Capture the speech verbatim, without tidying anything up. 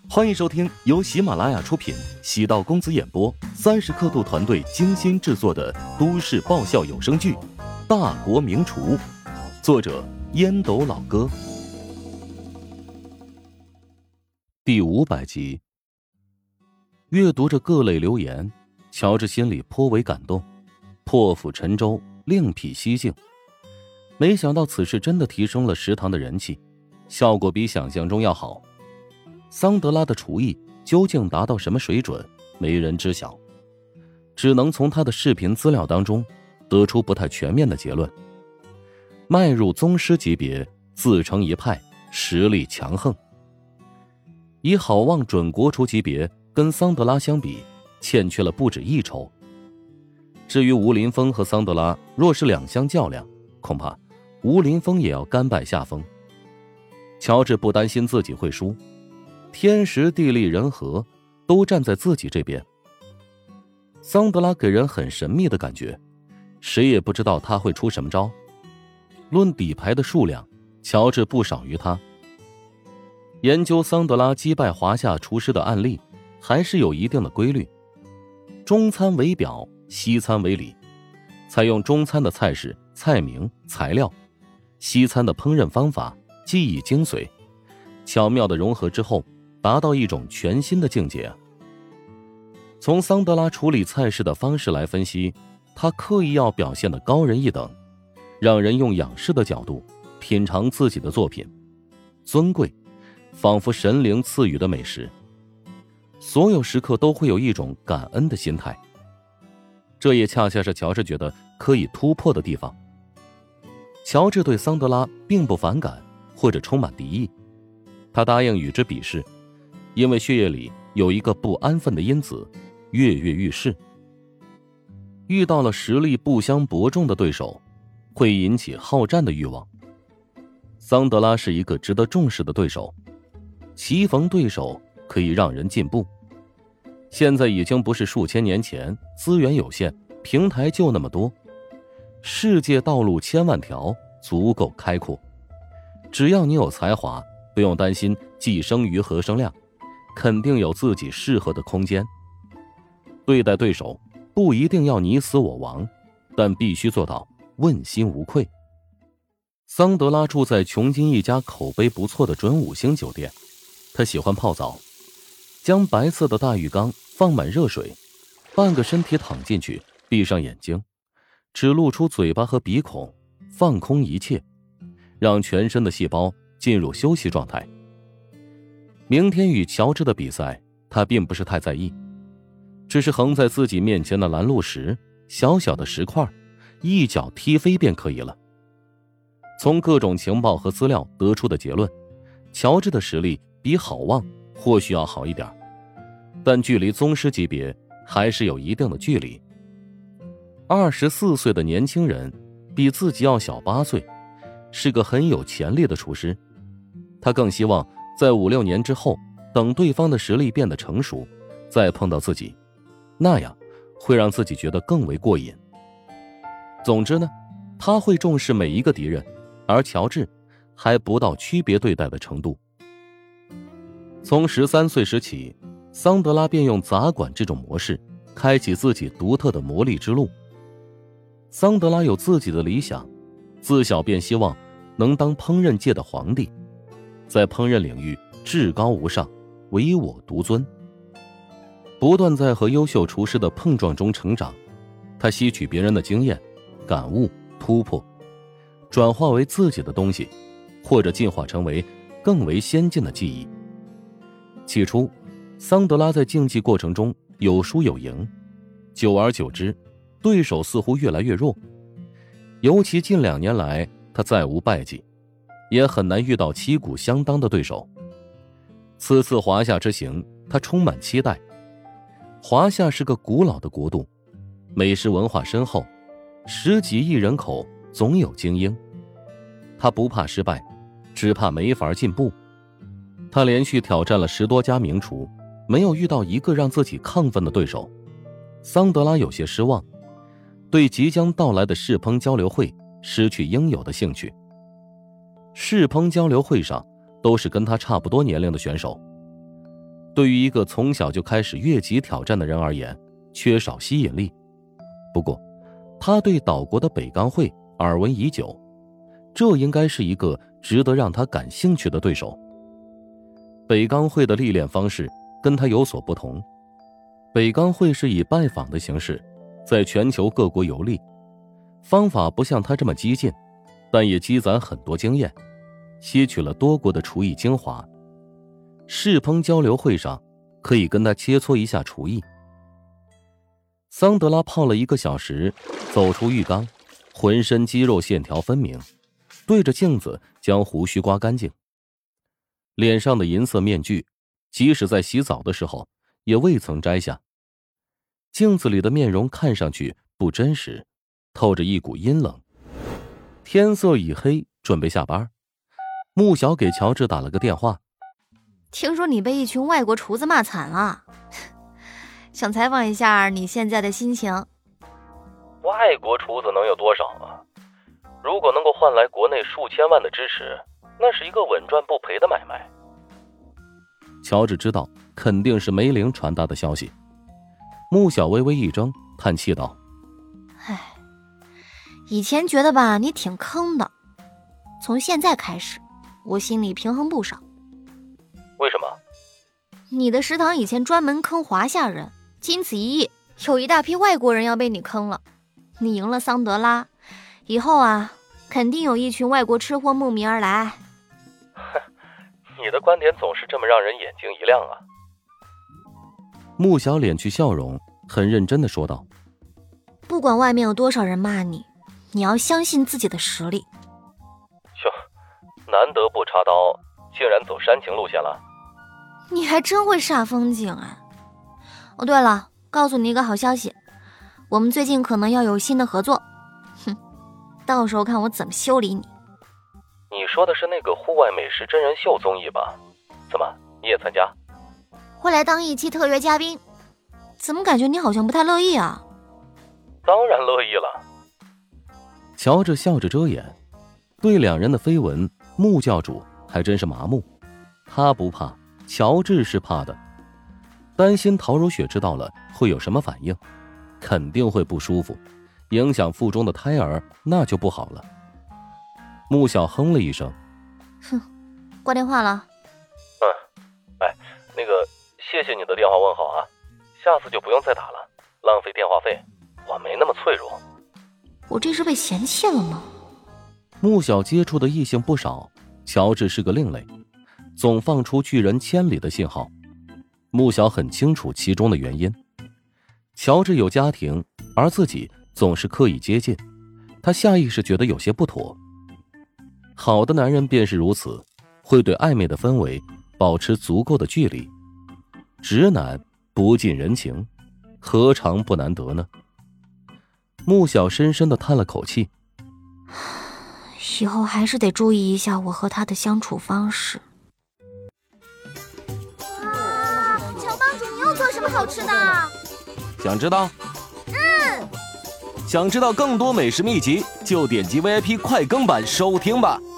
欢迎收听由喜马拉雅出品，喜道公子演播，三十刻度团队精心制作的都市爆笑有声剧《大国名厨》，作者烟斗老哥。第五百集。阅读着各类留言，乔治心里颇为感动，破釜沉舟，另辟蹊径。没想到此事真的提升了食堂的人气，效果比想象中要好。桑德拉的厨艺究竟达到什么水准，没人知晓，只能从他的视频资料当中得出不太全面的结论。迈入宗师级别，自成一派，实力强横。以好望准国厨级别跟桑德拉相比，欠缺了不止一筹。至于吴林峰和桑德拉若是两相较量，恐怕吴林峰也要甘拜下风。乔治不担心自己会输，天时地利人和都站在自己这边。桑德拉给人很神秘的感觉，谁也不知道他会出什么招。论底牌的数量，乔治不少于他。研究桑德拉击败华夏厨师的案例还是有一定的规律。中餐为表，西餐为里，采用中餐的菜式、菜名、材料，西餐的烹饪方法、技艺精髓，巧妙的融合之后，达到一种全新的境界啊！从桑德拉处理菜式的方式来分析，他刻意要表现得高人一等，让人用仰视的角度品尝自己的作品，尊贵，仿佛神灵赐予的美食。所有时刻都会有一种感恩的心态，这也恰恰是乔治觉得可以突破的地方。乔治对桑德拉并不反感或者充满敌意，他答应与之比试，因为血液里有一个不安分的因子，跃跃欲试。遇到了实力不相伯仲的对手，会引起好战的欲望。桑德拉是一个值得重视的对手，棋逢对手可以让人进步。现在已经不是数千年前，资源有限，平台就那么多，世界道路千万条，足够开阔。只要你有才华，不用担心寄生于何生量，肯定有自己适合的空间。对待对手不一定要你死我亡，但必须做到问心无愧。桑德拉住在琼金一家口碑不错的准五星酒店，他喜欢泡澡，将白色的大浴缸放满热水，半个身体躺进去，闭上眼睛，只露出嘴巴和鼻孔，放空一切，让全身的细胞进入休息状态。明天与乔治的比赛，他并不是太在意，只是横在自己面前的蓝鹿石，小小的石块，一脚踢飞便可以了。从各种情报和资料得出的结论，乔治的实力比好望或许要好一点，但距离宗师级别还是有一定的距离。二十四岁的年轻人比自己要小八岁，是个很有潜力的厨师。他更希望在五六年之后，等对方的实力变得成熟，再碰到自己，那样会让自己觉得更为过瘾。总之呢，他会重视每一个敌人，而乔治还不到区别对待的程度。从十三岁时起，桑德拉便用杂馆这种模式开启自己独特的魔力之路。桑德拉有自己的理想，自小便希望能当烹饪界的皇帝，在烹饪领域至高无上，唯我独尊。不断在和优秀厨师的碰撞中成长，他吸取别人的经验、感悟、突破，转化为自己的东西，或者进化成为更为先进的技艺。起初，桑德拉在竞技过程中有输有赢，久而久之，对手似乎越来越弱。尤其近两年来，他再无败绩，也很难遇到旗鼓相当的对手。此次华夏之行，他充满期待。华夏是个古老的国度，美食文化深厚，十几亿人口总有精英。他不怕失败，只怕没法进步。他连续挑战了十多家名厨，没有遇到一个让自己亢奋的对手。桑德拉有些失望，对即将到来的世烹交流会失去应有的兴趣。世烹交流会上都是跟他差不多年龄的选手， 对于一个从小就开始越级挑战的人而言，缺少吸引力。不过，他对岛国的北冈会耳闻已久，这应该是一个值得让他感兴趣的对手。北冈会的历练方式跟他有所不同，北冈会是以拜访的形式，在全球各国游历，方法不像他这么激进，但也积攒很多经验，吸取了多国的厨艺精华。试烹交流会上，可以跟他切磋一下厨艺。桑德拉泡了一个小时，走出浴缸，浑身肌肉线条分明，对着镜子将胡须刮干净。脸上的银色面具，即使在洗澡的时候也未曾摘下。镜子里的面容看上去不真实，透着一股阴冷。天色已黑，准备下班。穆小给乔治打了个电话， 听说你被一群外国厨子骂惨了，想采访一下你现在的心情。 外国厨子能有多少啊？如果能够换来国内数千万的支持，那是一个稳赚不赔的买卖。乔治知道肯定是梅玲传达的消息。穆小微微一怔，叹气道： 唉，以前觉得吧你挺坑的，从现在开始我心里平衡不少。 为什么？ 你的食堂以前专门坑华夏人，经此一役，有一大批外国人要被你坑了。你赢了桑德拉，以后啊，肯定有一群外国吃货慕名而来。 你的观点总是这么让人眼睛一亮啊。穆小敛去笑容，很认真地说道： 不管外面有多少人骂你，你要相信自己的实力。 哟，难得不插刀，竟然走煽情路线了。 你还真会煞风景啊！哦，对了，告诉你一个好消息，我们最近可能要有新的合作。哼，到时候看我怎么修理你。 你说的是那个户外美食真人秀综艺吧？怎么，你也参加？ 会来当一期特约嘉宾。怎么感觉你好像不太乐意啊？ 当然乐意了。乔治笑着遮掩，对两人的绯闻，穆教主还真是麻木。他不怕，乔治是怕的，担心陶如雪知道了会有什么反应，肯定会不舒服，影响腹中的胎儿，那就不好了。穆小哼了一声， 哼，挂电话了。 嗯，哎，那个，谢谢你的电话问候啊，下次就不用再打了，浪费电话费，我没那么脆弱。 我这是被嫌弃了吗？ 穆小接触的异性不少，乔治是个另类，总放出拒人千里的信号。穆小很清楚其中的原因。乔治有家庭，而自己总是刻意接近，他下意识觉得有些不妥。好的男人便是如此，会对暧昧的氛围保持足够的距离。直男不近人情，何尝不难得呢？穆小深深地叹了口气， 以后还是得注意一下我和他的相处方式。 哇，乔帮主，你又做什么好吃的？ 想知道？ 嗯。 想知道更多美食秘籍，就点击 V I P 快更版收听吧。